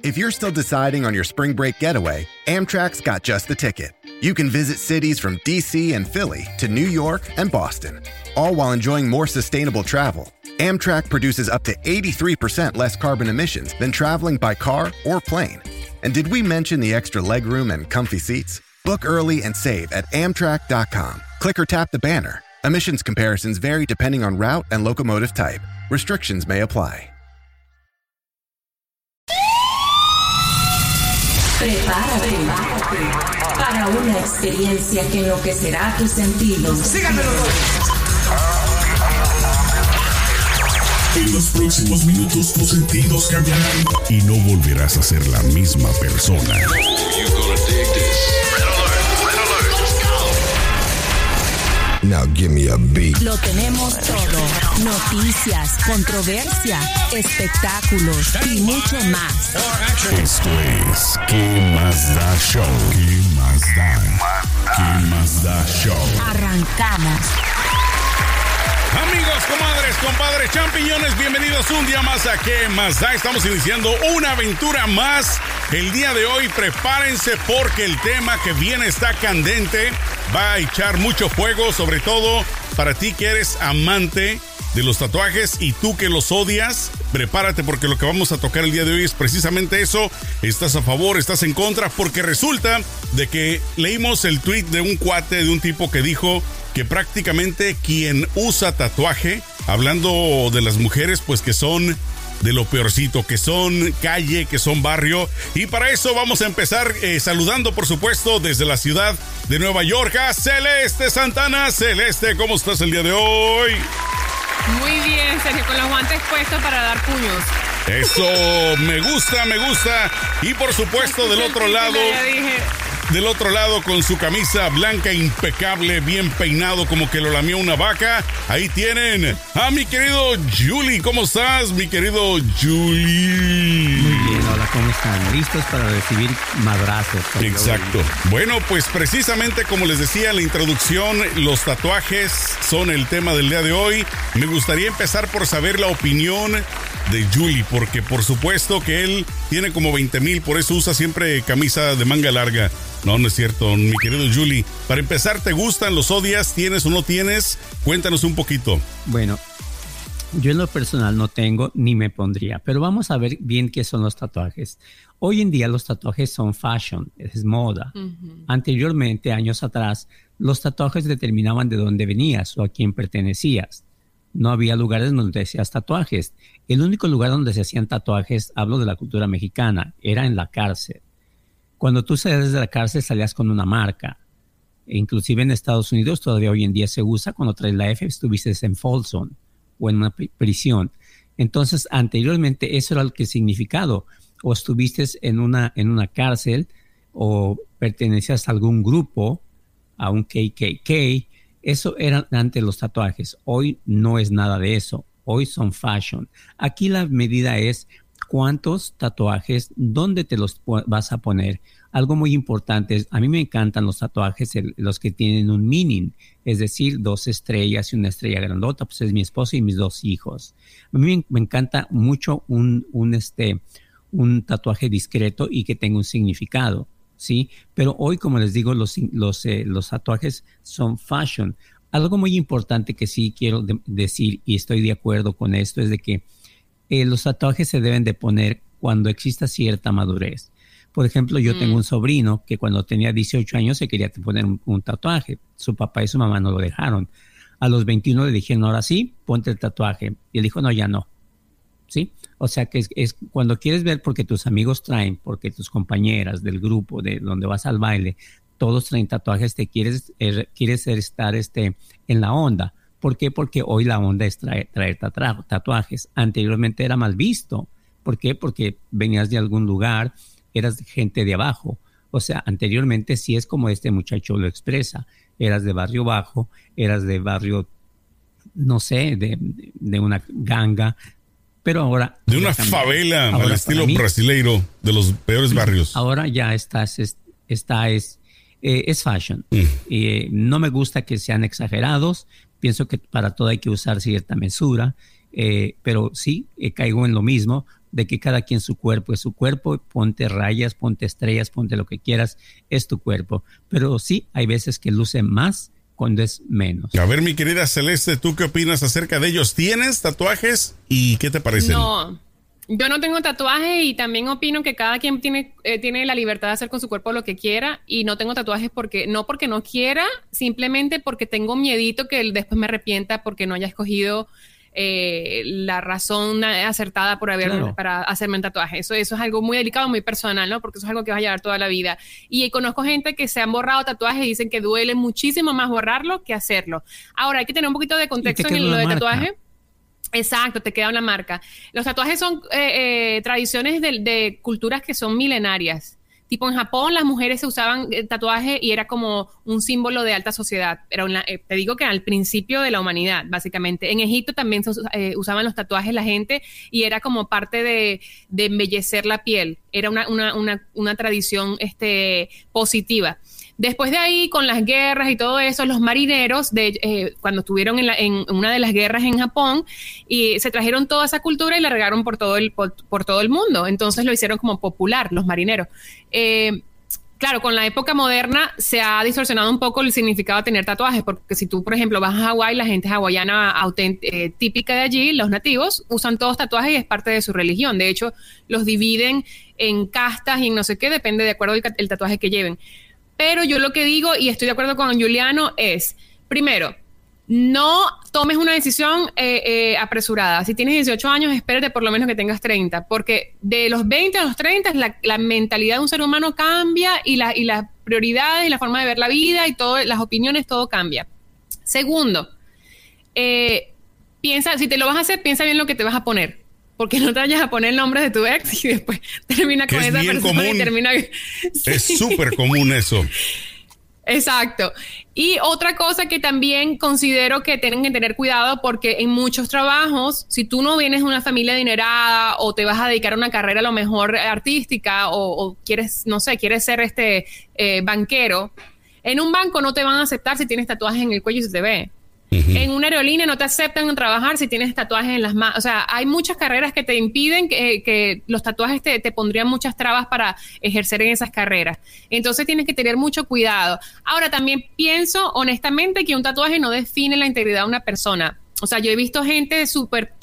If you're still deciding on your spring break getaway, Amtrak's got just the ticket. You can visit cities from D.C. and Philly to New York and Boston, all while enjoying more sustainable travel. Amtrak produces up to 83% less carbon emissions than traveling by car or plane. And did we mention the extra legroom and comfy seats? Book early and save at Amtrak.com. Click or tap the banner. Emissions comparisons vary depending on route and locomotive type. Restrictions may apply. Prepárate para una experiencia que enloquecerá tus sentidos. Síganmelo. En los próximos minutos tus sentidos cambiarán y no volverás a ser la misma persona. Now give me a beat. Lo tenemos todo. Noticias, controversia, espectáculos y mucho más. Esto es ¿Qué más da show? ¿Qué más da? ¿Qué más da show? Arrancamos. Amigos, comadres, compadres, champiñones, bienvenidos un día más a ¿Qué más da? Estamos iniciando una aventura más. El día de hoy prepárense porque el tema que viene está candente. Va a echar mucho fuego, sobre todo para ti que eres amante de los tatuajes y tú que los odias. Prepárate porque lo que vamos a tocar el día de hoy es precisamente eso. ¿Estás a favor? ¿Estás en contra? Porque resulta de que leímos el tweet de un cuate, de un tipo que dijo que prácticamente quien usa tatuaje, hablando de las mujeres, pues que son de lo peorcito, que son calle, que son barrio. Y para eso vamos a empezar saludando, por supuesto, desde la ciudad de Nueva York a Celeste Santana. Celeste, ¿cómo estás el día de hoy? Muy bien, Sergio, con los guantes puestos para dar puños. Eso, me gusta. Y por supuesto, del otro lado, con su camisa blanca impecable, bien peinado, como que lo lamió una vaca. Ahí tienen a mi querido Julie. ¿Cómo estás, mi querido Julie? Muy bien, hola, ¿cómo están? ¿Listos para recibir madrazos? Exacto. Bueno, pues precisamente como les decía en la introducción, los tatuajes son el tema del día de hoy. Me gustaría empezar por saber la opinión de Julie, porque por supuesto que él tiene como 20,000, por eso usa siempre camisa de manga larga. No es cierto, mi querido Julie. Para empezar, ¿te gustan, los odias, tienes o no tienes? Cuéntanos un poquito. Bueno, yo en lo personal no tengo ni me pondría, pero vamos a ver bien qué son los tatuajes. Hoy en día los tatuajes son fashion, es moda. Uh-huh. Anteriormente, años atrás, los tatuajes determinaban de dónde venías o a quién pertenecías. No había lugares donde hacías tatuajes. El único lugar donde se hacían tatuajes, hablo de la cultura mexicana, era en la cárcel. Cuando tú salías de la cárcel salías con una marca. Inclusive en Estados Unidos todavía hoy en día se usa cuando traes la F, estuviste en Folsom o en una prisión. Entonces, anteriormente eso era el que significado. O estuviste en una cárcel o pertenecías a algún grupo, a un KKK. Eso eran antes los tatuajes. Hoy no es nada de eso. Hoy son fashion. Aquí la medida es cuántos tatuajes, dónde te los vas a poner. Algo muy importante es, a mí me encantan los tatuajes, los que tienen un meaning, es decir, 2 estrellas y una estrella grandota, pues es mi esposo y mis 2 hijos. A mí me encanta mucho un tatuaje discreto y que tenga un significado. ¿Sí? Pero hoy, como les digo, los tatuajes son fashion. Algo muy importante que sí quiero decir, y estoy de acuerdo con esto, es de que los tatuajes se deben de poner cuando exista cierta madurez. Por ejemplo, yo tengo un sobrino que cuando tenía 18 años se quería poner un tatuaje. Su papá y su mamá no lo dejaron. A los 21 le dijeron, ahora sí, ponte el tatuaje. Y él dijo, no, ya no. ¿Sí? O sea que es cuando quieres ver porque tus amigos traen, porque tus compañeras del grupo de donde vas al baile, todos traen tatuajes, te quieres estar en la onda. ¿Por qué? Porque hoy la onda es traer tatuajes. Anteriormente era mal visto. ¿Por qué? Porque venías de algún lugar, eras gente de abajo. O sea, anteriormente sí es como este muchacho lo expresa. Eras de barrio bajo, eras de barrio, no sé, de una ganga. Pero ahora... De una favela, al estilo brasileiro, de los peores barrios. Ahora ya es fashion. No me gusta que sean exagerados. Pienso que para todo hay que usar cierta mesura. Pero sí, caigo en lo mismo. de que cada quien su cuerpo es su cuerpo, ponte rayas, ponte estrellas, ponte lo que quieras, es tu cuerpo. Pero sí, hay veces que luce más cuando es menos. A ver, mi querida Celeste, ¿tú qué opinas acerca de ellos? ¿Tienes tatuajes y qué te parecen? No, yo no tengo tatuajes y también opino que cada quien tiene la libertad de hacer con su cuerpo lo que quiera, y no tengo tatuajes porque no quiera, simplemente porque tengo miedito que después me arrepienta porque no haya escogido la razón acertada para hacerme un tatuaje. Eso es algo muy delicado, muy personal, ¿no? Porque eso es algo que vas a llevar toda la vida. Y conozco gente que se han borrado tatuajes y dicen que duele muchísimo más borrarlo que hacerlo. Ahora, hay que tener un poquito de contexto en lo de tatuaje. Exacto, te queda una marca. Los tatuajes son tradiciones de culturas que son milenarias. Tipo en Japón las mujeres se usaban tatuajes y era como un símbolo de alta sociedad. Era te digo que al principio de la humanidad, básicamente. En Egipto también se usaban los tatuajes la gente y era como parte de embellecer la piel. Era una tradición positiva. Después de ahí, con las guerras y todo eso, los marineros, cuando estuvieron en una de las guerras en Japón, y se trajeron toda esa cultura y la regaron por todo el mundo. Entonces lo hicieron como popular, los marineros. Claro, con la época moderna se ha distorsionado un poco el significado de tener tatuajes, porque si tú, por ejemplo, vas a Hawái, la gente hawaiana típica de allí, los nativos, usan todos tatuajes y es parte de su religión. De hecho, los dividen en castas y en no sé qué, depende de acuerdo el tatuaje que lleven. Pero yo lo que digo, y estoy de acuerdo con Juliano, es, primero, no tomes una decisión apresurada. Si tienes 18 años, espérate por lo menos que tengas 30, porque de los 20 a los 30 la mentalidad de un ser humano cambia y las prioridades y la forma de ver la vida y todo, las opiniones, todo cambia. Segundo, piensa, si te lo vas a hacer, piensa bien lo que te vas a poner. Porque no te vayas a poner el nombre de tu ex y después termina con esa persona común. Y termina... Sí. Es súper común eso. Exacto. Y otra cosa que también considero que tienen que tener cuidado, porque en muchos trabajos, si tú no vienes de una familia adinerada o te vas a dedicar a una carrera a lo mejor artística o quieres, no sé, quieres ser banquero, en un banco no te van a aceptar si tienes tatuajes en el cuello y se te ve. En una aerolínea no te aceptan trabajar si tienes tatuajes en las manos. O sea, hay muchas carreras que te impiden que los tatuajes te pondrían muchas trabas para ejercer en esas carreras. Entonces tienes que tener mucho cuidado. Ahora, también pienso honestamente que un tatuaje no define la integridad de una persona. O sea, yo he visto gente súper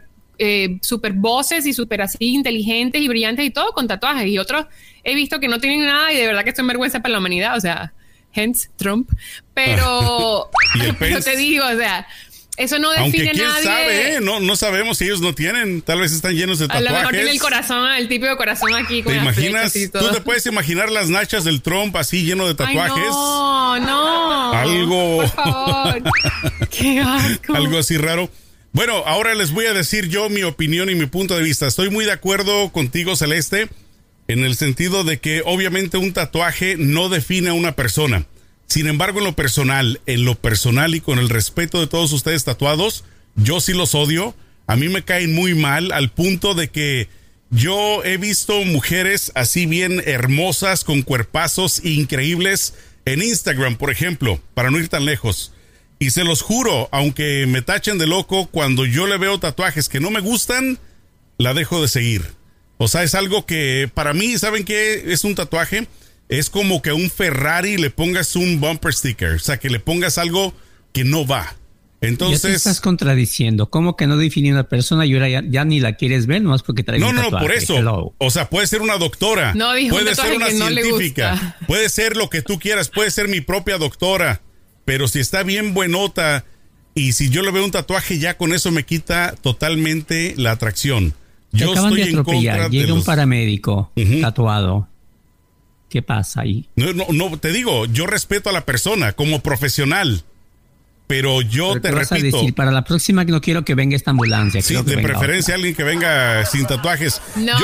voces y súper así inteligentes y brillantes y todo con tatuajes. Y otros he visto que no tienen nada y de verdad que esto es vergüenza para la humanidad. O sea... hence Trump, pero te digo, o sea, eso no define aunque quién nadie. sabe, no sabemos si ellos no tienen, tal vez están llenos de tatuajes. A lo mejor tiene el corazón, el típico corazón aquí. ¿Te imaginas? Y todo. ¿Tú te puedes imaginar las nachas del Trump así lleno de tatuajes? Ay, no. Algo. Por favor. Qué asco. Algo así raro. Bueno, ahora les voy a decir yo mi opinión y mi punto de vista. Estoy muy de acuerdo contigo, Celeste, en el sentido de que obviamente un tatuaje no define a una persona. Sin embargo, en lo personal y con el respeto de todos ustedes tatuados, yo sí los odio. A mí me caen muy mal al punto de que yo he visto mujeres así bien hermosas con cuerpazos increíbles en Instagram, por ejemplo, para no ir tan lejos. Y se los juro, aunque me tachen de loco, cuando yo le veo tatuajes que no me gustan, la dejo de seguir. O sea, es algo que para mí, ¿saben qué es un tatuaje? Es como que a un Ferrari le pongas un bumper sticker. O sea, que le pongas algo que no va. Entonces... Ya te estás contradiciendo. ¿Cómo que no define una persona y ahora ya ni la quieres ver nomás porque trae un tatuaje? No, por eso. Hello. O sea, puede ser una doctora. No, dijo puede ser una científica. Puede ser lo que tú quieras. Puede ser mi propia doctora. Pero si está bien buenota y si yo le veo un tatuaje, ya con eso me quita totalmente la atracción. Yo estoy en contra. Llega un paramédico tatuado. ¿Qué pasa ahí? No, te digo, yo respeto a la persona como profesional, pero yo te repito. Vas a decir, para la próxima no quiero que venga esta ambulancia. Sí, de preferencia alguien que venga sin tatuajes. No,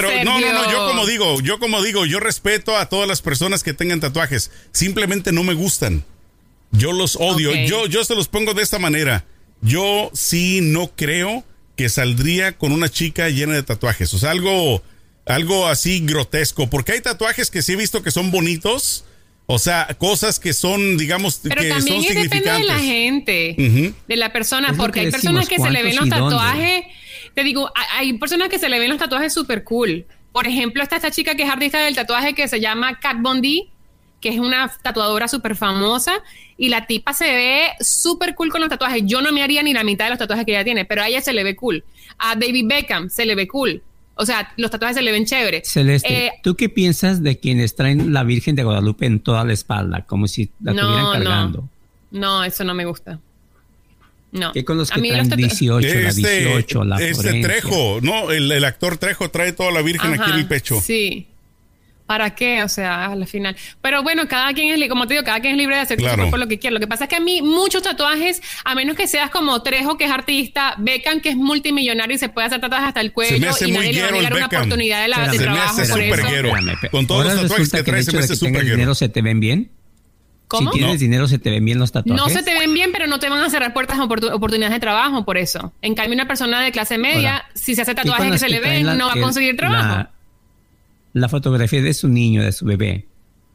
yo como digo, yo respeto a todas las personas que tengan tatuajes. Simplemente no me gustan. Yo los odio. Okay. Yo se los pongo de esta manera. Yo sí no creo que saldría con una chica llena de tatuajes. O sea, algo así grotesco, porque hay tatuajes que sí he visto que son bonitos, o sea, cosas que son, digamos, pero que son significantes. Pero también depende de la gente, de la persona, porque hay personas que se le ven los tatuajes te digo, hay personas que se le ven los tatuajes súper cool. Por ejemplo, está esta chica que es artista del tatuaje que se llama Kat Von D, que es una tatuadora súper famosa, y la tipa se ve súper cool con los tatuajes. Yo no me haría ni la mitad de los tatuajes que ella tiene, pero a ella se le ve cool. A David Beckham se le ve cool. O sea, los tatuajes se le ven chéveres. Celeste, ¿tú qué piensas de quienes traen la Virgen de Guadalupe en toda la espalda, como si la estuvieran cargando? No, eso no me gusta. No. ¿Qué con los que traen 18, la 18, la Florencia? Trejo, ¿no? El actor Trejo trae toda la Virgen aquí en el pecho. Sí. ¿Para qué? O sea, al final. Pero bueno, cada quien es, como te digo, cada quien es libre de hacer su cuerpo lo que quiera. Lo que pasa es que a mí muchos tatuajes, a menos que seas como Trejo, que es artista, Beckham, que es multimillonario y se puede hacer tatuajes hasta el cuello, y nadie le va a negar una oportunidad de trabajo por eso. Con todos los tatuajes que trae, se me hace súper dinero, ¿se te ven bien? ¿Cómo? Si tienes dinero, ¿se te ven bien los tatuajes? No se te ven bien, pero no te van a cerrar puertas a oportunidades de trabajo por eso. En cambio, una persona de clase media, si se hace tatuajes que se le ven, no va a conseguir trabajo. La fotografía de su niño, de su bebé.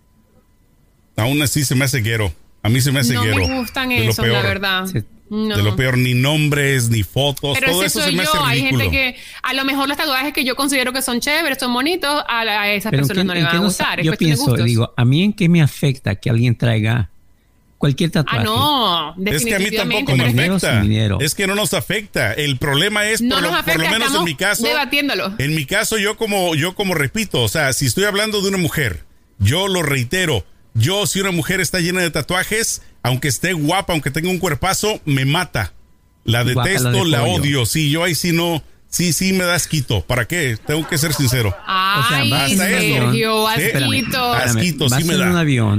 Aún así se me hace guero. A mí se me hace guero. No me gustan esos, la verdad. No. De lo peor, ni nombres, ni fotos, pero todo eso se me hace ridículo. Hay gente que, a lo mejor los tatuajes que yo considero que son chéveres, son bonitos, a esas personas no les van a gustar. Yo pienso, digo, ¿a mí en qué me afecta que alguien traiga cualquier tatuaje? No, es que a mí tampoco me afecta. Es que no nos afecta. El problema es, por lo menos en mi caso, debatiéndolo. En mi caso, yo como repito, o sea, si estoy hablando de una mujer, yo lo reitero, si una mujer está llena de tatuajes, aunque esté guapa, aunque tenga un cuerpazo, me mata. La detesto, la odio. Sí, yo ahí sí no... Sí, me da asquito. ¿Para qué? Tengo que ser sincero. Ay, Sergio, asquito. Asquito, sí me da.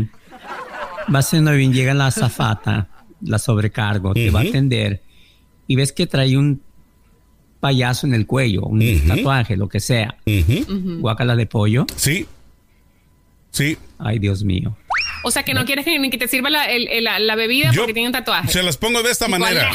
Vas en un avión, llega la azafata, la sobrecargo, te va a atender y ves que trae un payaso en el cuello, un tatuaje, lo que sea. Guácala de pollo. Sí. Ay, Dios mío. O sea, que no quieres que te sirva la bebida porque tiene un tatuaje. Se las pongo de esta manera.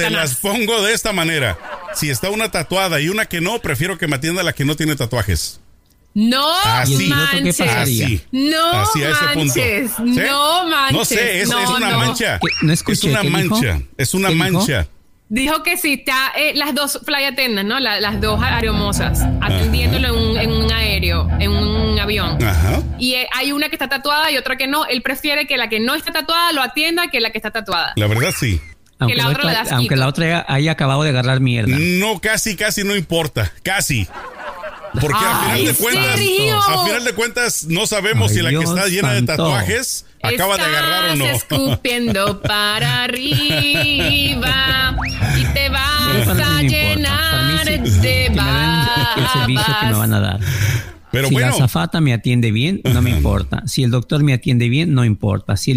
Si está una tatuada y una que no, prefiero que me atienda la que no tiene tatuajes. No manches. No así a ese punto. ¿Sí? No manches. No sé, es una mancha. No escuché, es una mancha. Dijo? Es una mancha. Dijo que sí, está las dos flight attendants, ¿no? Las dos aeromosas atendiéndolo en un aéreo, en un avión. Ajá. Y hay una que está tatuada y otra que no. Él prefiere que la que no está tatuada lo atienda que la que está tatuada. La verdad, sí. Aunque la otra haya acabado de agarrar mierda. No, casi no importa. Casi. Porque al final de cuentas no sabemos si la que está llena de tatuajes acaba de agarrar o no. Estás escupiendo para arriba y te vas a llenar de babas. El servicio que me van a dar. Pero si bueno, la azafata me atiende bien, no me importa. Si el doctor me atiende bien, no importa. Si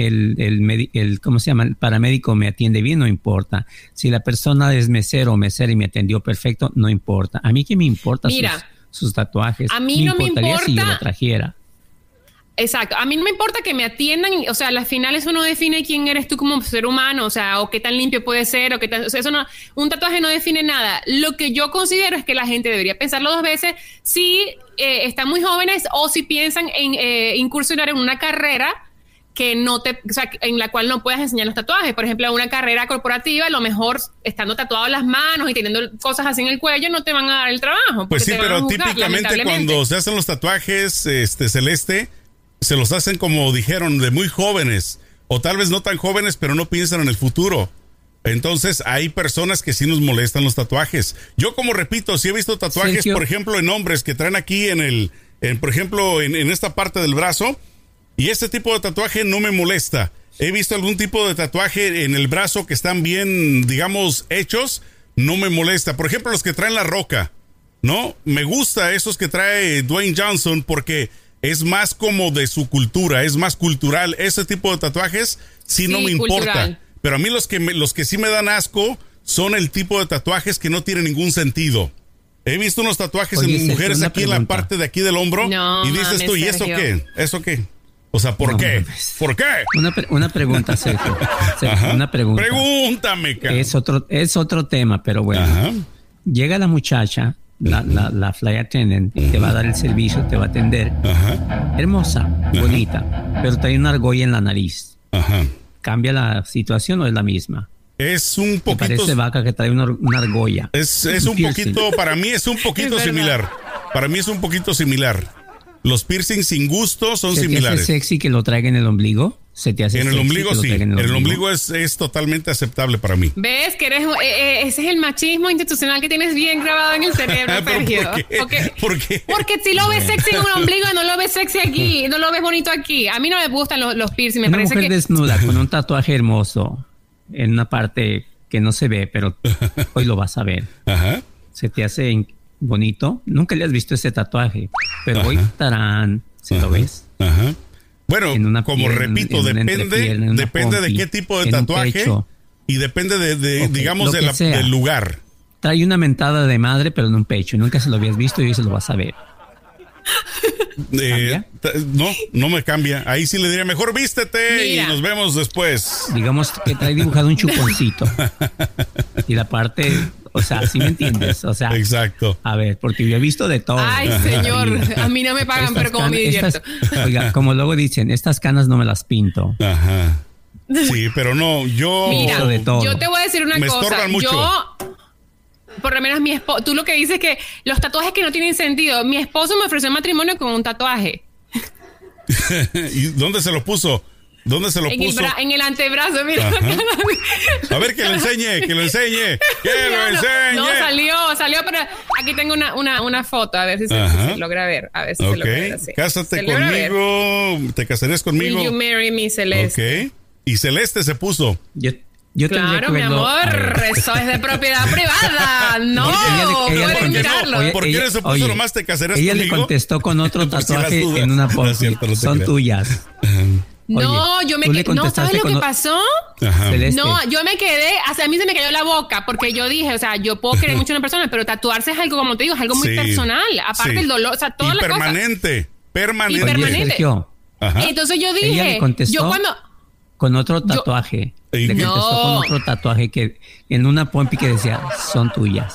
el ¿cómo se llama? El paramédico me atiende bien, no importa. Si la persona es mesero o mesera y me atendió perfecto, no importa. A mí qué me importa sus tatuajes. A mí no me importa si yo lo trajera. Exacto. A mí no me importa que me atiendan, o sea, al final eso no define quién eres tú como ser humano, o sea, o qué tan limpio puede ser, o qué tan, o sea, eso no, un tatuaje no define nada. Lo que yo considero es que la gente debería pensarlo dos veces si están muy jóvenes o si piensan en incursionar en una carrera que o sea, en la cual no puedas enseñar los tatuajes. Por ejemplo, una carrera corporativa, a lo mejor estando tatuado las manos y teniendo cosas así en el cuello, no te van a dar el trabajo. Pues sí, pero típicamente cuando se hacen los tatuajes, Celeste, se los hacen como dijeron, de muy jóvenes, o tal vez no tan jóvenes, pero no piensan en el futuro. Entonces hay personas que sí nos molestan los tatuajes. Yo, como repito, sí he visto tatuajes, Sergio, por ejemplo, en hombres que traen aquí por ejemplo, en esta parte del brazo, y este tipo de tatuaje no me molesta. He visto algún tipo de tatuaje en el brazo que están bien, digamos, hechos, no me molesta. Por ejemplo, los que traen la roca, ¿no? Me gusta esos que trae Dwayne Johnson porque es más como de su cultura, es más cultural. Ese tipo de tatuajes sí no me importa. Cultural. Pero a mí los que sí me dan asco son el tipo de tatuajes que no tienen ningún sentido. He visto unos tatuajes en mujeres aquí en la parte de aquí del hombro y dices tú, ¿y eso qué? ¿Eso qué? O sea, ¿por qué? ¿Por qué? Una pregunta, Sergio. Una pregunta. Pregúntame, cara. Es otro tema, pero bueno. Ajá. Llega la muchacha, la flight attendant, te va a dar el servicio, te va a atender. Ajá. Hermosa, bonita, pero trae una argolla en la nariz. Ajá. ¿Cambia la situación o es la misma? Es un poquito... Parece vaca que trae una argolla. Es un poquito, para mí es un poquito similar. Para mí es un poquito similar. Los piercings sin gusto son similares. ¿Se te hace sexy que lo traiga en el ombligo? ¿Se te hace en el sexy ombligo que lo sí. traiga En el ombligo es totalmente aceptable para mí. ¿Ves que eres ese es el machismo institucional que tienes bien grabado en el cerebro, Sergio? ¿Por qué? Porque si lo ves sexy en un ombligo, no lo ves sexy aquí, no lo ves bonito aquí. A mí no me gustan los piercings, me una parece mujer que... desnuda con un tatuaje hermoso en una parte que no se ve, pero hoy lo vas a ver. Ajá. Se te hace bonito. Nunca le has visto ese tatuaje, pero hoy estarán, si lo ves. Ajá. Bueno, como pierna, repito, depende de qué tipo de tatuaje y depende digamos, del lugar. Trae una mentada de madre, pero en un pecho. Nunca se lo habías visto y hoy se lo vas a ver. No me cambia. Ahí sí le diría, mejor vístete y nos vemos después. Digamos que trae dibujado un chuponcito. Y la parte, o sea, ¿sí me entiendes? O sea, exacto. A ver, porque yo he visto de todo. Ay, señor, a mí no me pagan, pero como me divierto. Oiga, como luego dicen, estas canas no me las pinto. Ajá. Sí, pero no, Mira, de todo. Yo te voy a decir una cosa. Me estorban mucho. Por lo menos mi esposo, tú lo que dices es que los tatuajes que no tienen sentido. Mi esposo me ofreció matrimonio con un tatuaje. ¿Y dónde se lo puso? ¿Dónde se lo puso? En el antebrazo, mira. A ver, que lo enseñe. Que lo enseñe. No, salió, pero aquí tengo una foto, a ver si se logra ver. A ver si se logra ver así. Cásate conmigo, te casarías conmigo. Will you marry me, Celeste? Ok. Y Celeste se puso. Yo claro, mi amor, eso es de propiedad privada. No, ¿Por qué no se puso nomás te casarías conmigo? Ella le contestó con otro tatuaje en una pose. Son tuyas. No, yo me quedé. ¿No sabes lo que pasó? No, yo me quedé. A mí se me cayó la boca porque yo dije, o sea, yo puedo querer mucho a una persona, pero tatuarse es algo, como te digo, es algo muy personal. Aparte el dolor, o sea, todas las cosas. Permanente. Entonces yo dije, ella le contestó con otro tatuaje. Le contestó con otro tatuaje que en una pompi que decía, son tuyas.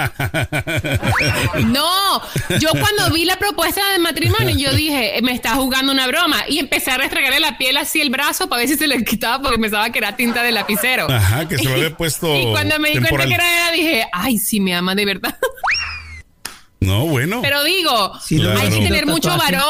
No, yo cuando vi la propuesta de matrimonio, yo dije, me está jugando una broma. Y empecé a restregarle la piel así el brazo para ver si se le quitaba porque pensaba que era tinta de lapicero. Ajá, que se lo había puesto. Y cuando me di cuenta que era, dije, ay, sí me ama de verdad. No, bueno. Pero digo, hay que tener mucho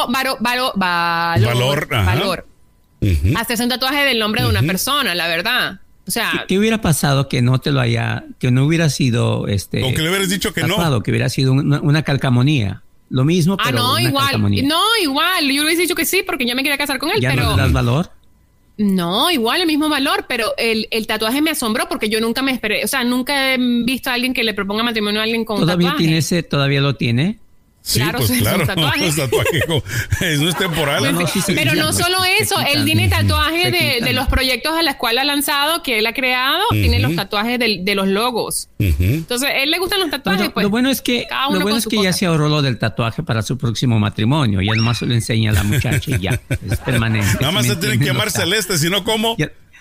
valor. Hacerse un tatuaje del nombre de una persona, la verdad. O sea, ¿qué hubiera pasado que no te lo que no hubiera sido o que le hubieras dicho que tatuado, no? Que hubiera sido una calcamonía. Lo mismo, pero no, una igual. calcamonía. No, igual. Yo hubiese dicho que sí porque yo me quería casar con él, ¿Ya pero no le das valor? No, igual el mismo valor, pero el tatuaje me asombró porque yo nunca me esperé, o sea, nunca he visto a alguien que le proponga matrimonio a alguien con un tatuaje. ¿Todavía lo tiene? Sí, claro, pues claro, es un tatuaje. No es temporal. Bueno, pero no solo eso, él tiene tatuajes de los proyectos a los cuales ha lanzado, que él ha creado, tiene los tatuajes de los logos. Entonces, a él le gustan los tatuajes. Bueno, pues, lo bueno es que, ya se ahorró lo del tatuaje para su próximo matrimonio. Ya nomás se lo enseña a la muchacha y ya, es permanente. Nada más se tienen que llamar Celeste, si no, ¿cómo?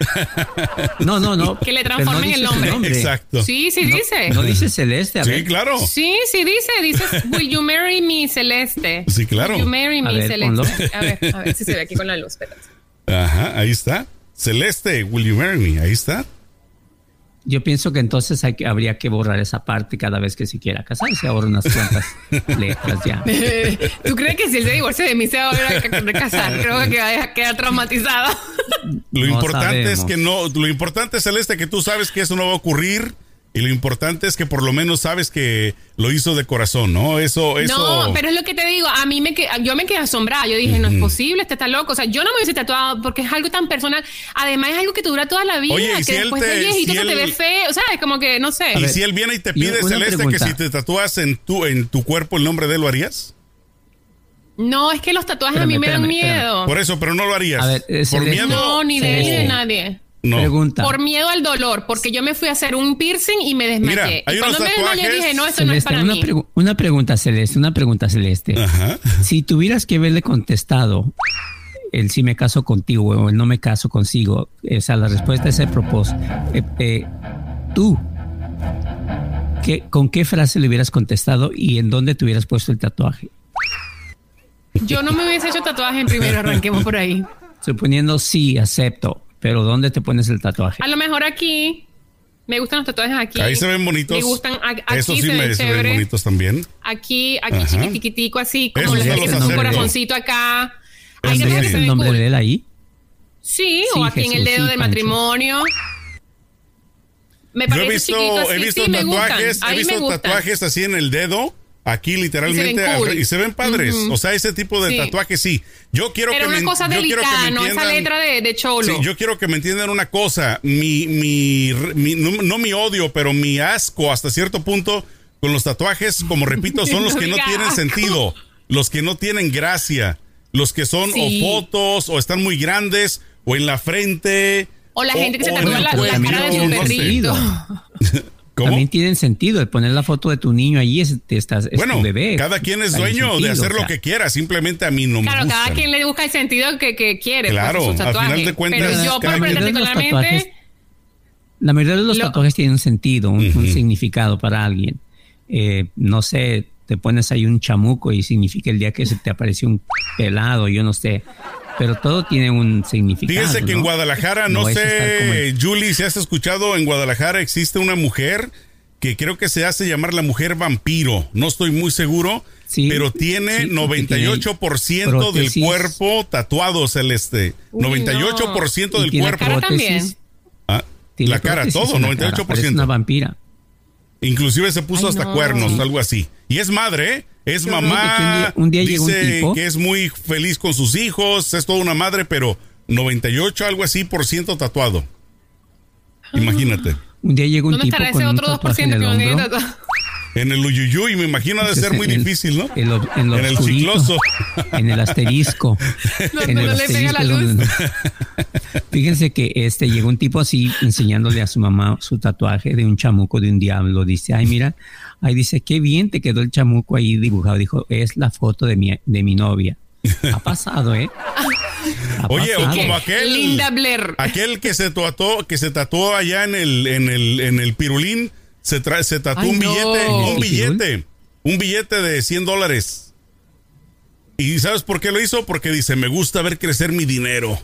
No. Que le transformen el nombre. Exacto. Sí, dice. No dice Celeste, a ver. Sí, claro. Sí, dice, will you marry me, Celeste? Sí, claro. Will you marry me, Celeste? Ponlo. A ver si se ve aquí con la luz, espérate. Ajá, ahí está. Celeste, will you marry me? Ahí está. Yo pienso que entonces habría que borrar esa parte cada vez que se quiera casarse. Ahora unas cuantas letras ya. ¿Tú crees que si él se divorcia de mí se va a volver a casar? Creo que va a quedar traumatizado. Lo importante es que lo importante, Celeste, que tú sabes que eso no va a ocurrir. Y lo importante es que por lo menos sabes que lo hizo de corazón, ¿no? Eso. No, pero es lo que te digo. Yo me quedé asombrada. Yo dije, no es posible, está loco. O sea, yo no me hubiese tatuado porque es algo tan personal. Además, es algo que te dura toda la vida. Oye, que si después de viejito se te ve feo. O sea, es como que, no sé. Y si él viene y te pide, Celeste, que si te tatúas en tu cuerpo el nombre de él, ¿lo harías? No, es que los tatuajes a mí me dan miedo. Por eso, pero no lo harías. A ver, ¿por miedo? No, ni de él ni de nadie. No. Pregunta. Por miedo al dolor, porque yo me fui a hacer un piercing y me desmayé. Mira, hay y cuando me desmayé dije, no, esto Celeste, no es para mí. Una pregunta, Celeste. Ajá. Si tuvieras que haberle contestado el si me caso contigo o el no me caso consigo, o sea, la respuesta es el propósito. Tú, ¿con qué frase le hubieras contestado y en dónde te hubieras puesto el tatuaje? Yo no me hubiese hecho tatuaje en primero, arranquemos por ahí. Suponiendo sí, acepto. Pero ¿dónde te pones el tatuaje? A lo mejor aquí. Me gustan los tatuajes aquí. Ahí se ven bonitos. Me gustan aquí. Eso sí se ven bonitos también. Aquí chiquitico, así como un corazoncito acá. ¿Tendrías el nombre de él ahí? Sí, o aquí Jesús, en el dedo del matrimonio. Me parece he visto tatuajes así en el dedo. Aquí literalmente y se ven padres. O sea, ese tipo de tatuajes sí. Yo quiero pero una cosa delicada, no esa letra de cholo. Sí, yo quiero que me entiendan una cosa. No mi odio, pero mi asco hasta cierto punto con los tatuajes, como repito, son los que no tienen sentido, los que no tienen gracia, los que son o fotos o están muy grandes o en la frente. O la gente que se tatúa la cara de su perrito. ¿Cómo? También tienen sentido el poner la foto de tu niño ahí, es tu bebé. Cada quien es dueño de hacer lo que quiera, simplemente a mí no me gusta. Claro, cada quien le busca el sentido que quiere. Claro, al final de cuentas. Pero yo particularmente... La mayoría de los tatuajes tienen un sentido, un significado para alguien. No sé, te pones ahí un chamuco y significa el día que se te apareció un pelado, yo no sé. Pero todo tiene un significado. Fíjese que en Guadalajara, no sé, Julie, si has escuchado, en Guadalajara existe una mujer que creo que se hace llamar la mujer vampiro. No estoy muy seguro, pero tiene 98% del cuerpo tatuado, Celeste. 98% del cuerpo. La cara también. La cara, todo, 98%. Es una vampira. Inclusive se puso hasta cuernos, algo así. Y es madre, ¿eh? Es mamá, un día llegó un dice tipo que es muy feliz con sus hijos, es toda una madre, pero 98 algo así % tatuado. Imagínate. Un día llegó un tipo con un tatuaje en el hombro. En el uyuyuy, me imagino ha de ser muy difícil, ¿no? En el chicloso. En el asterisco. No le pega la luz. Fíjense que llegó un tipo así enseñándole a su mamá su tatuaje de un chamuco de un diablo. Dice, ay, mira, ahí dice, qué bien te quedó el chamuco ahí dibujado. Dijo, es la foto de mi novia. Ha pasado, ¿eh? Oye, o como aquel Linda Blair. Aquel que se tatuó allá en el pirulín. Se tatuó un billete de $100. ¿Y sabes por qué lo hizo? Porque dice, me gusta ver crecer mi dinero.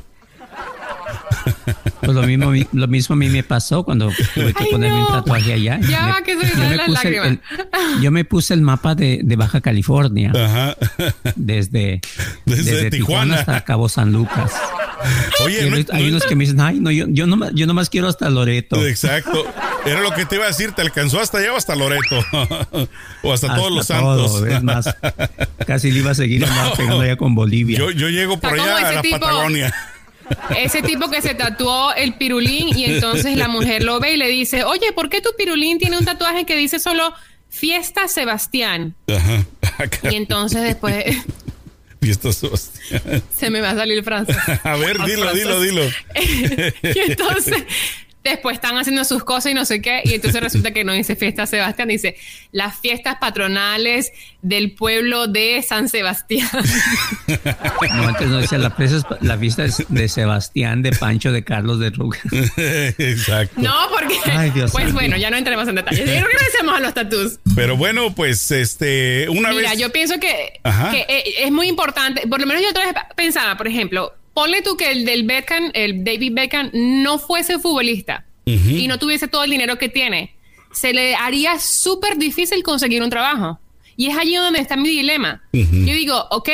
Pues lo mismo a mí me pasó cuando tuve que ponerme un tatuaje allá. Ya va que se me las lágrimas. Yo me puse el mapa de Baja California. Ajá. Desde Tijuana hasta Cabo San Lucas. Oye, hay unos que me dicen, ay, no, yo nomás quiero hasta Loreto. Exacto. Era lo que te iba a decir, ¿te alcanzó hasta allá o hasta Loreto? O hasta Todos los Santos. Todo, es más, casi le iba a seguir pegando allá con Bolivia. Yo llego por allá a la Patagonia. Ese tipo que se tatuó el pirulín y entonces la mujer lo ve y le dice, oye, ¿por qué tu pirulín tiene un tatuaje que dice solo Fiesta Sebastián? Ajá. Y entonces después... Fiesta Sebastián. Se me va a salir francés. A ver, dilo. Y entonces... Después están haciendo sus cosas y no sé qué, y entonces resulta que no dice Fiesta Sebastián, dice las fiestas patronales del pueblo de San Sebastián. No, antes no decía la fiesta de Sebastián, de Pancho, de Carlos, de Ruga. Exacto. No, porque pues bueno, ya no entremos en detalles. Regresemos a los tatús. Pero bueno, pues una vez. Mira, yo pienso que es muy importante, por lo menos yo otra vez pensaba, por ejemplo, ponle tú que el David Beckham, no fuese futbolista y no tuviese todo el dinero que tiene. Se le haría súper difícil conseguir un trabajo. Y es allí donde está mi dilema. Yo digo, ok,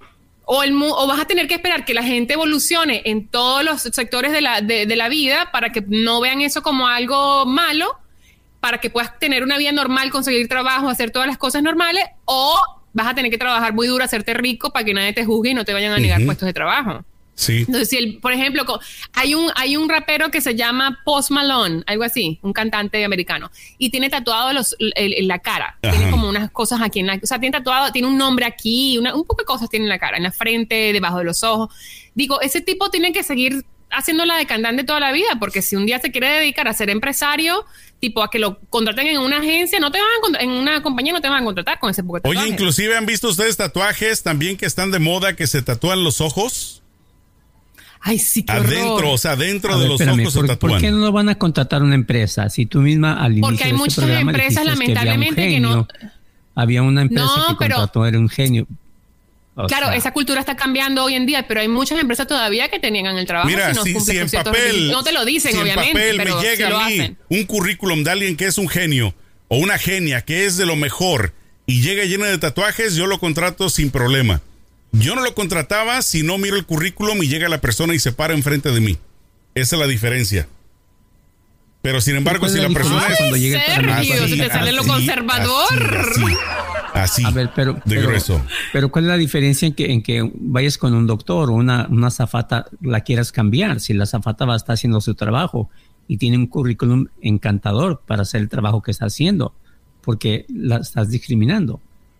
o vas a tener que esperar que la gente evolucione en todos los sectores de la vida para que no vean eso como algo malo, para que puedas tener una vida normal, conseguir trabajo, hacer todas las cosas normales, o vas a tener que trabajar muy duro, hacerte rico para que nadie te juzgue y no te vayan a negar puestos de trabajo. Sí. Entonces, por ejemplo, hay un rapero que se llama Post Malone, algo así, un cantante americano, y tiene tatuado la cara. Ajá. Tiene como unas cosas aquí o sea, tiene tatuado, tiene un nombre aquí, un poco de cosas tiene en la cara, en la frente, debajo de los ojos. Digo, ese tipo tiene que seguir haciéndola de cantante toda la vida, porque si un día se quiere dedicar a ser empresario, tipo a que lo contraten en una agencia, en una compañía no te van a contratar con ese poco de tatuajes. Oye, inclusive han visto ustedes tatuajes también que están de moda, que se tatúan los ojos. Ay, sí, qué adentro, horror. O sea, dentro de los ojos se tatúan. ¿Por qué no lo van a contratar una empresa? Si tú misma al inicio porque hay de muchas programa empresas, lamentablemente, que no. Había una empresa que contrató, era un genio. Claro, esa cultura está cambiando hoy en día, pero hay muchas empresas todavía que te niegan el trabajo. Mira, si en papel, no te lo dicen, si obviamente, en papel pero me llega lo a mí hacen. un currículum de alguien que es un genio o una genia que es de lo mejor y llega llena de tatuajes, yo lo contrato sin problema. Yo no lo contrataba si no miro el currículum y llega la persona y se para enfrente de mí. Esa es la diferencia. Pero sin embargo, si la persona es... Cuando llega Sergio, se te sale lo conservador. Así, a ver, pero ¿cuál es la diferencia en que vayas con un doctor o una azafata la quieras cambiar? Si la azafata va a estar haciendo su trabajo y tiene un currículum encantador para hacer el trabajo que está haciendo, porque la estás discriminando.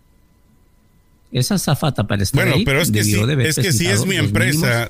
Esa azafata para estar ahí, pero es que si es mi empresa,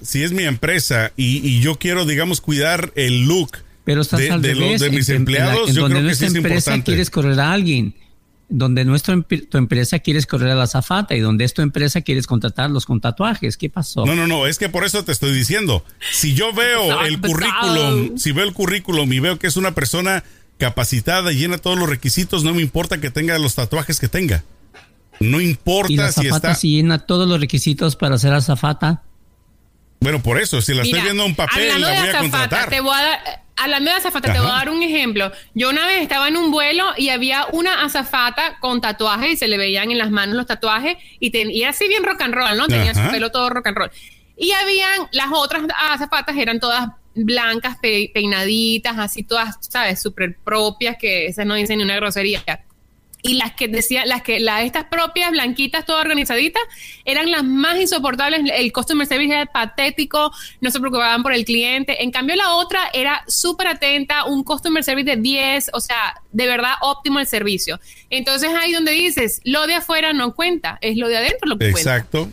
y yo quiero, digamos, cuidar el look pero estás al revés, de mis empleados, yo creo que sí es importante. Donde nuestra empresa quieres correr a alguien, donde tu empresa quieres correr a la azafata y donde es tu empresa quieres contratarlos con tatuajes. ¿Qué pasó? No, es que por eso te estoy diciendo. Si yo veo el currículum y veo que es una persona capacitada y llena todos los requisitos, no me importa que tenga los tatuajes que tenga. No importa ¿Y la azafata si llena todos los requisitos para ser azafata? Bueno, por eso, si la estoy viendo en papel, la voy a contratar. Hablando de azafata, te voy a dar un ejemplo. Yo una vez estaba en un vuelo y había una azafata con tatuajes y se le veían en las manos los tatuajes y era así bien rock and roll, ¿no? Tenía su pelo todo rock and roll. Y habían, las otras azafatas eran todas blancas, peinaditas, así todas, ¿sabes? Súper propias, que esas no dicen ni una grosería. Y las que decían, estas propias, blanquitas, todas organizaditas, eran las más insoportables. El customer service era patético, no se preocupaban por el cliente. En cambio, la otra era súper atenta, un customer service de 10, o sea, de verdad óptimo el servicio. Entonces, ahí donde dices, lo de afuera no cuenta, es lo de adentro lo que cuenta. Exacto.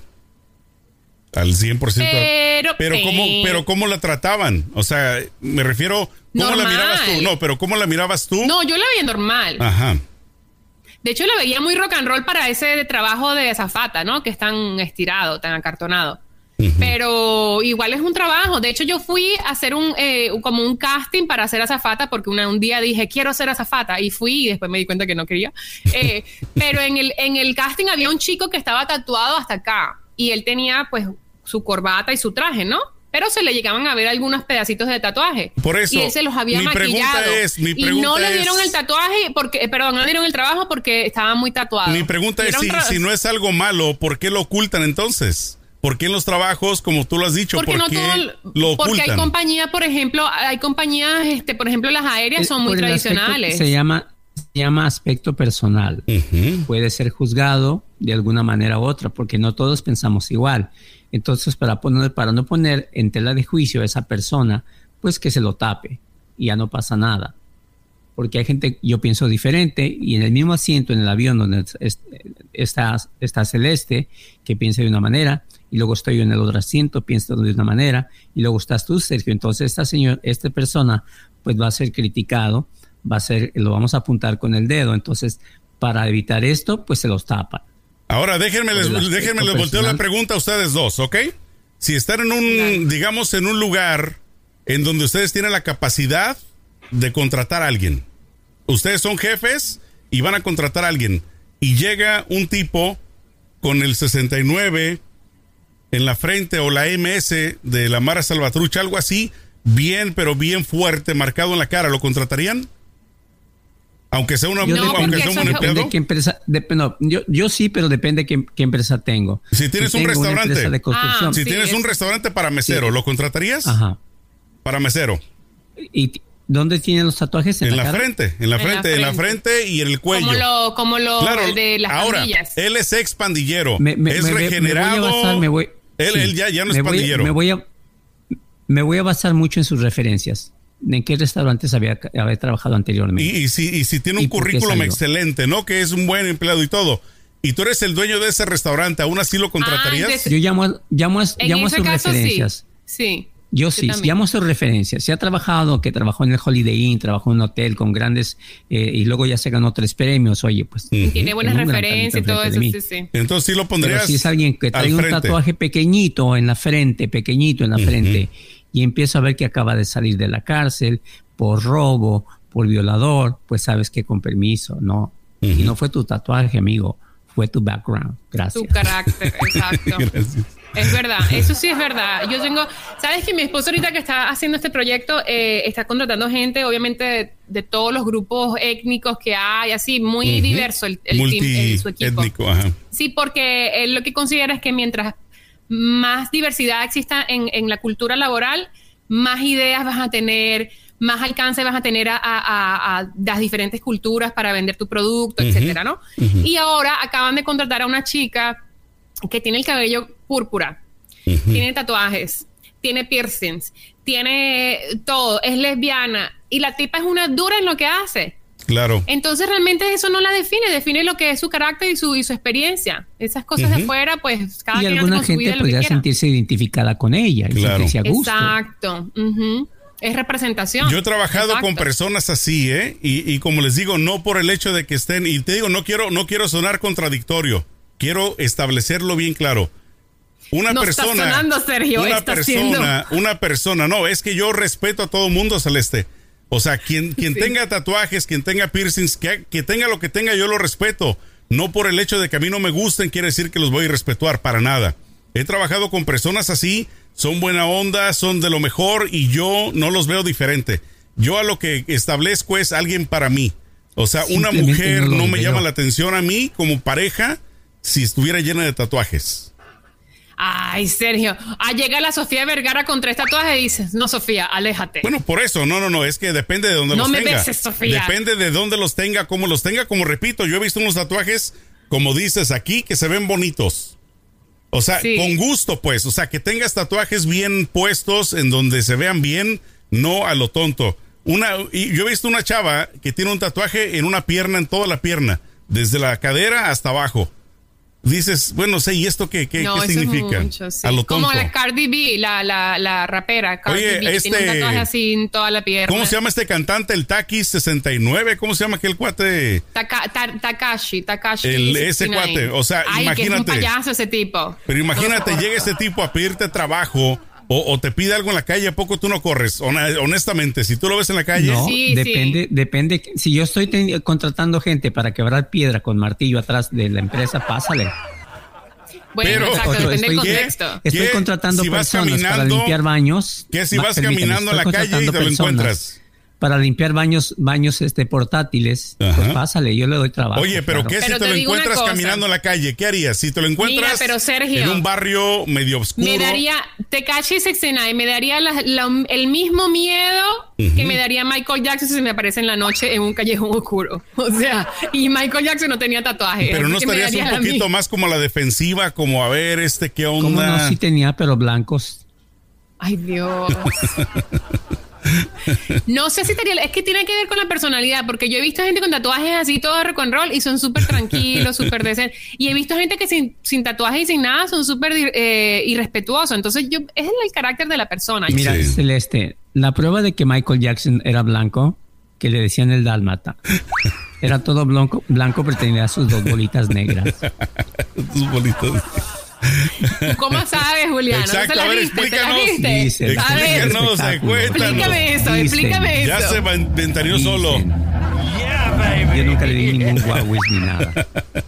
Al 100%. Pero ¿cómo la trataban? O sea, me refiero, ¿cómo normal. La mirabas tú? No, pero ¿cómo la mirabas tú? No, yo la veía normal. Ajá. De hecho, lo veía muy rock and roll para ese trabajo de azafata, ¿no? Que es tan estirado, tan acartonado. Uh-huh. Pero igual es un trabajo. De hecho, yo fui a hacer como un casting para hacer azafata porque un día dije, quiero hacer azafata. Y fui y después me di cuenta que no quería. Pero en el casting había un chico que estaba tatuado hasta acá. Y él tenía, pues, su corbata y su traje, ¿no? Pero se le llegaban a ver algunos pedacitos de tatuaje. Por eso, y él se los había maquillado. Y no le dieron el tatuaje no le dieron el trabajo porque estaba muy tatuado. Mi pregunta es si no es algo malo, ¿por qué lo ocultan entonces? ¿Por qué en los trabajos, como tú lo has dicho, porque lo ocultan? Porque hay compañías, por ejemplo, por ejemplo, las aéreas son muy tradicionales. Se llama aspecto personal. Uh-huh. Puede ser juzgado de alguna manera u otra, porque no todos pensamos igual. Entonces, para no poner en tela de juicio a esa persona, pues que se lo tape y ya no pasa nada. Porque hay gente, yo pienso diferente, y en el mismo asiento en el avión donde está Celeste, que piensa de una manera, y luego estoy yo en el otro asiento, piensa de una manera, y luego estás tú, Sergio. Entonces, esta persona, pues va a ser criticado, lo vamos a apuntar con el dedo. Entonces, para evitar esto, pues se los tapa. Ahora, déjenme les volteo la pregunta a ustedes dos, ¿ok? Si están en un lugar en donde ustedes tienen la capacidad de contratar a alguien. Ustedes son jefes y van a contratar a alguien. Y llega un tipo con el 69 en la frente o la MS de la Mara Salvatrucha, algo así, pero bien fuerte, marcado en la cara. ¿Lo contratarían? Aunque sea un empleado. ¿De qué empresa? Yo sí, pero depende de qué empresa tengo. Si tienes un restaurante. Tienes un restaurante para mesero, ¿lo contratarías? Ajá. Para mesero. ¿Y dónde tienen los tatuajes? En la frente y en el cuello. Como lo de las pandillas. Ahora, él es ex pandillero. Es regenerado. Él ya no es pandillero. Me voy a basar mucho en sus referencias. ¿En qué restaurantes había trabajado anteriormente? Y si tiene un currículum excelente, ¿no? Que es un buen empleado y todo. Y tú eres el dueño de ese restaurante, ¿aún así lo contratarías? Yo llamo a sus referencias. Sí. Yo llamo a sus referencias. Si ha trabajado, que trabajó en el Holiday Inn, trabajó en un hotel con grandes, y luego ya se ganó 3 premios, oye, pues. Tiene buenas referencias y todo eso, sí. Entonces sí lo pondrías. Pero si es alguien que trae un tatuaje pequeñito en la frente, y empiezo a ver que acaba de salir de la cárcel por robo, por violador, pues sabes que con permiso, ¿no? Uh-huh. Y no fue tu tatuaje, amigo, fue tu background. Gracias. Tu carácter, exacto. Gracias. Es verdad, eso sí es verdad. Yo tengo, sabes que mi esposo ahorita que está haciendo este proyecto está contratando gente, obviamente de todos los grupos étnicos que hay, así muy diverso el team, su equipo. Étnico, ajá. Sí, porque él lo que considera es que mientras más diversidad exista en la cultura laboral, más ideas vas a tener, más alcance vas a tener a las diferentes culturas para vender tu producto, etcétera, ¿no? Y ahora acaban de contratar a una chica que tiene el cabello púrpura, tiene tatuajes, tiene piercings, tiene todo, es lesbiana y la tipa es una dura en lo que hace. Claro. Entonces realmente eso no la define lo que es su carácter y su experiencia. Esas cosas de afuera, pues cada quien hace con su vida lo que quiera. Y alguna gente podría sentirse identificada con ella y sentirse a gusto. Exacto. Es representación. Yo he trabajado con personas así, y como les digo, no por el hecho de que estén, y te digo, no quiero sonar contradictorio, quiero establecerlo bien claro. Una persona, no, es que yo respeto a todo mundo, Celeste. O sea, quien tenga tatuajes, quien tenga piercings, que tenga lo que tenga, yo lo respeto. No por el hecho de que a mí no me gusten, quiere decir que los voy a respetar, para nada. He trabajado con personas así, son buena onda, son de lo mejor y yo no los veo diferente. Yo a lo que establezco es alguien para mí. O sea, una mujer no me llama la atención a mí como pareja si estuviera llena de tatuajes. Ay, Sergio, llega la Sofía Vergara con 3 tatuajes y dices, no, Sofía, aléjate. Bueno, por eso, no, es que depende de dónde los tenga. No me beses, Sofía. Depende de dónde los tenga, cómo los tenga. Como repito, yo he visto unos tatuajes, como dices aquí, que se ven bonitos. O sea, con gusto, pues. O sea, que tengas tatuajes bien puestos, en donde se vean bien, no a lo tonto. Y yo he visto una chava que tiene un tatuaje en una pierna, en toda la pierna, desde la cadera hasta abajo. Dices, bueno, sé, ¿y esto qué significa? Es mucho, sí. A lo tonto. Como la Cardi B, la rapera Cardi B, tiene un tatuaje así en toda la pierna. ¿Cómo se llama este cantante? El Taki 69, ¿cómo se llama aquel cuate? Takashi. Ese cuate, o sea, imagínate. Que es un payaso ese tipo. Pero imagínate, llega ese tipo a pedirte trabajo o te pide algo en la calle, ¿a poco tú no corres? Honestamente, si tú lo ves en la calle. No, depende. Si yo estoy contratando gente para quebrar piedra con martillo atrás de la empresa, pásale. Bueno, exacto, depende del contexto. Estoy contratando personas para limpiar baños. ¿Qué si vas caminando en la calle y te lo encuentras? Para limpiar baños portátiles, pues pásale, yo le doy trabajo. Oye, pero ¿qué si te lo encuentras caminando en la calle? ¿Qué harías? Si te lo encuentras Sergio, en un barrio medio oscuro. Me daría, Tekashi 69, me daría el mismo miedo que me daría Michael Jackson si se me aparece en la noche en un callejón oscuro. O sea, y Michael Jackson no tenía tatuaje. Pero no estarías un poquito más como a la defensiva, como a ver, ¿qué onda? ¿Cómo no? Sí tenía, pero blancos. Ay, Dios. No sé si es que tiene que ver con la personalidad, porque yo he visto gente con tatuajes así todo rock and roll y son súper tranquilos, súper decentes, y he visto gente que sin tatuajes y sin nada son súper irrespetuosos. Entonces es el carácter de la persona. Mira, Celeste, la prueba de que Michael Jackson era blanco, que le decían el dálmata, era todo blanco, pero tenía sus 2 bolitas negras. Sus bolitas. ¿Cómo sabes, Julián? Exacto, a ver, explícanos. Explícame eso. Ya se inventarió solo. Yo nunca le di ningún guauis ni nada.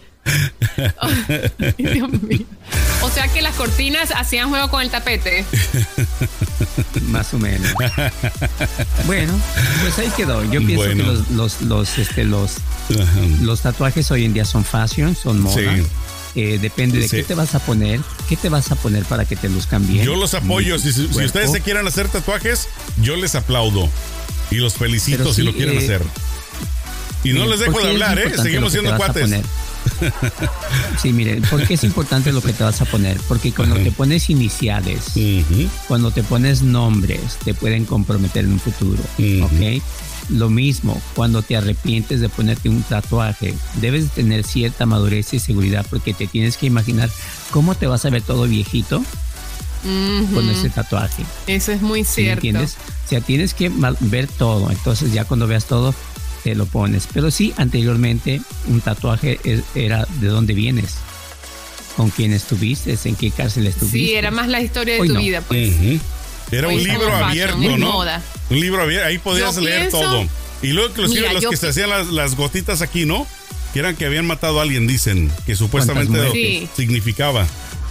Ay, Dios mío. O sea que las cortinas hacían juego con el tapete. Más o menos. Bueno, pues ahí quedó. Yo pienso que los tatuajes hoy en día son fashion, son moda. Sí. Depende de qué te vas a poner para que te luzcan bien. Yo los apoyo. Si ustedes se quieren hacer tatuajes, yo les aplaudo y los felicito si lo quieren hacer. Y no les dejo de hablar, seguimos siendo cuates. Sí, miren, ¿por qué es importante lo que te vas a poner? Porque cuando te pones iniciales, cuando te pones nombres, te pueden comprometer en un futuro, ¿ok? Lo mismo, cuando te arrepientes de ponerte un tatuaje, debes tener cierta madurez y seguridad, porque te tienes que imaginar cómo te vas a ver todo viejito con ese tatuaje. Eso es muy cierto. ¿Entiendes? O sea, tienes que ver todo. Entonces ya cuando veas todo, te lo pones. Pero sí, anteriormente un tatuaje era de dónde vienes, con quién estuviste, en qué cárcel estuviste. Sí, era más la historia de tu vida, pues. Era un libro abierto, ¿no? Moda. Un libro abierto, ahí podías leer todo. Y luego inclusive los que se hacían las gotitas aquí, ¿no? que eran que habían matado a alguien, dicen, que supuestamente lo que significaba.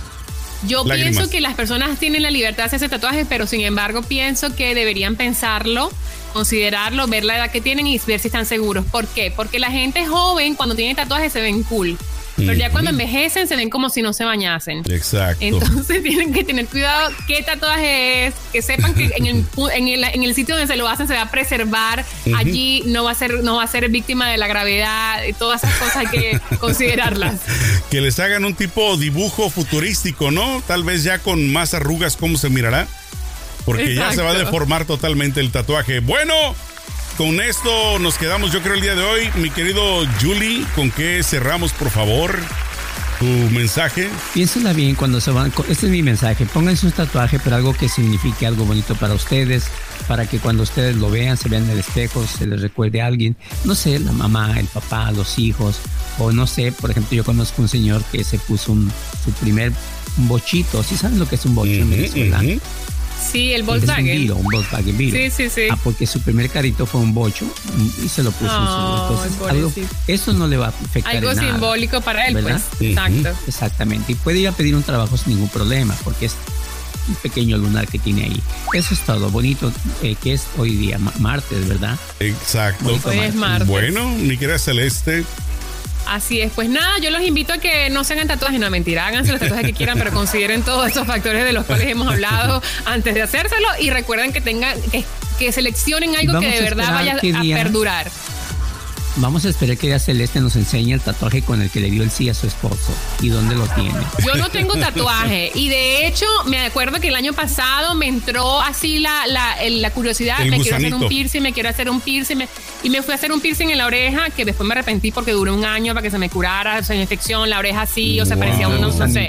Yo Lágrimas. pienso que las personas tienen la libertad de hacerse tatuajes, pero sin embargo pienso que deberían pensarlo, considerarlo, ver la edad que tienen y ver si están seguros. ¿Por qué? Porque la gente joven cuando tiene tatuajes se ven cool. Pero ya cuando envejecen se ven como si no se bañasen. Exacto. Entonces tienen que tener cuidado qué tatuaje es, que sepan que en el sitio donde se lo hacen se va a preservar, allí no va a ser víctima de la gravedad, todas esas cosas hay que considerarlas. Que les hagan un tipo dibujo futurístico, ¿no? Tal vez ya con más arrugas, ¿cómo se mirará? Porque Exacto. ya se va a deformar totalmente el tatuaje. Bueno, con esto nos quedamos, yo creo, el día de hoy. Mi querido Julie, ¿con qué cerramos, por favor, tu mensaje? Piénsela bien cuando se van. Este es mi mensaje. Pónganse un tatuaje, pero algo que signifique algo bonito para ustedes, para que cuando ustedes lo vean, se vean en el espejo, se les recuerde a alguien. No sé, la mamá, el papá, los hijos. O no sé, por ejemplo, yo conozco un señor que se puso su primer bochito. ¿Sí saben lo que es un bocho en Venezuela? Sí, el Volkswagen. Un Volkswagen Beetle. Sí. Porque su primer carrito fue un bocho y se lo puso en su... Entonces, eso no le va a afectar algo en nada, simbólico para él, ¿verdad? pues. Exacto. Exactamente. Y puede ir a pedir un trabajo sin ningún problema, porque es un pequeño lunar que tiene ahí. Eso es todo. Bonito, que es hoy día, martes, ¿verdad? Exacto. Hoy es martes. Bueno, mi querida Celeste. Así es, pues nada, yo los invito a que no se hagan tatuajes, no, mentira, háganse los tatuajes que quieran, pero consideren todos estos factores de los cuales hemos hablado antes de hacérselo y recuerden que que seleccionen algo que de verdad vaya a perdurar. Vamos a esperar que Celeste nos enseñe el tatuaje con el que le dio el sí a su esposo y dónde lo tiene. Yo no tengo tatuaje y de hecho me acuerdo que el año pasado me entró así la curiosidad, quiero hacer un piercing, y me fui a hacer un piercing en la oreja que después me arrepentí porque duró un año para que se me curara, o sea, una infección, la oreja así, o sea, parecía uno, no sé.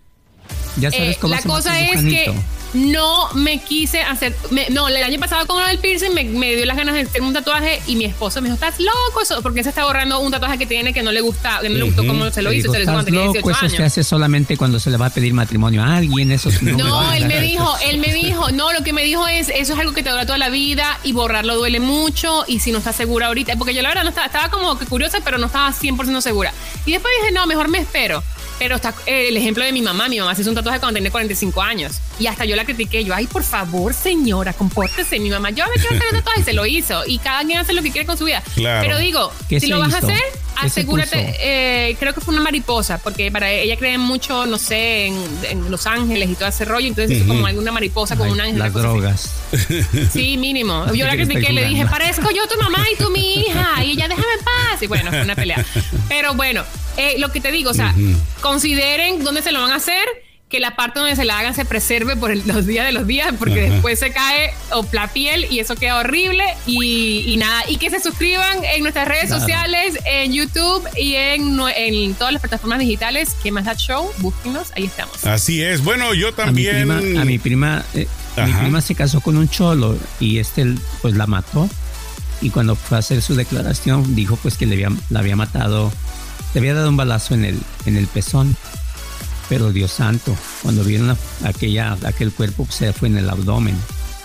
Ya sabes cómo la cosa es que no me quise hacer. El año pasado con lo del piercing me dio las ganas de hacer un tatuaje y mi esposo me dijo: ¿estás loco? Eso, porque se está borrando un tatuaje que tiene que no le gusta, que no le gustó cómo se lo hizo. Se lo hizo cuando tenía 18 años. Eso se hace solamente cuando se le va a pedir matrimonio a alguien. Eso no, él me dijo, no, lo que me dijo es: eso es algo que te dura toda la vida y borrarlo duele mucho. Y si no estás segura ahorita, porque yo la verdad no estaba como que curiosa, pero no estaba 100% segura. Y después dije: no, mejor me espero. Pero está el ejemplo de mi mamá se hizo un tatuaje cuando tenía 45 años y hasta yo la critiqué, yo, ay, por favor, señora, compórtese. Mi mamá, yo me quiero hacer un tatuaje y se lo hizo, y cada quien hace lo que quiere con su vida. Claro. Pero digo, si lo vas a hacer, asegúrate, creo que fue una mariposa, porque para ella creen mucho, no sé, en Los Ángeles y todo ese rollo, entonces hizo como alguna mariposa con un ángel. Las drogas. Sí, mínimo. Yo la critiqué, le dije: parezco yo tu mamá y tú mi hija, y ella, déjame en paz. Y bueno, fue una pelea. Pero bueno, lo que te digo, o sea, consideren dónde se lo van a hacer, que la parte donde se la hagan se preserve por los días de los días, porque después se cae la piel y eso queda horrible y nada. Y que se suscriban en nuestras redes sociales, en YouTube y en todas las plataformas digitales. ¿Qué más da show? Búsquenos, ahí estamos. Así es. Bueno, yo también. A mi prima se casó con un cholo y pues la mató. Y cuando fue a hacer su declaración, dijo pues que la había matado, le había dado un balazo en el pezón. Pero Dios santo, cuando vieron aquel cuerpo, pues, se fue en el abdomen.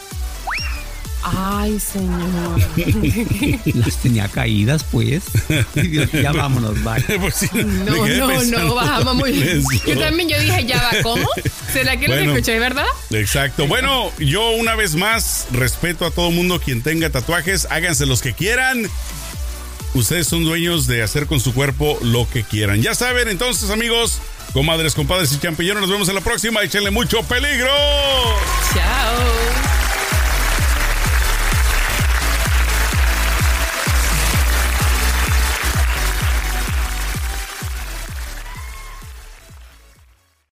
Ay, señor. Las tenía caídas, pues. Ya vámonos, vaya. Pues sí, no, bajamos muy bien. Yo dije, ya va, ¿cómo? ¿Será que lo que escuché es verdad? Exacto. Bueno, yo una vez más respeto a todo mundo quien tenga tatuajes, háganse los que quieran. Ustedes son dueños de hacer con su cuerpo lo que quieran. Ya saben, entonces, amigos, comadres, compadres y champiñones, nos vemos en la próxima. Échenle mucho peligro. Chao.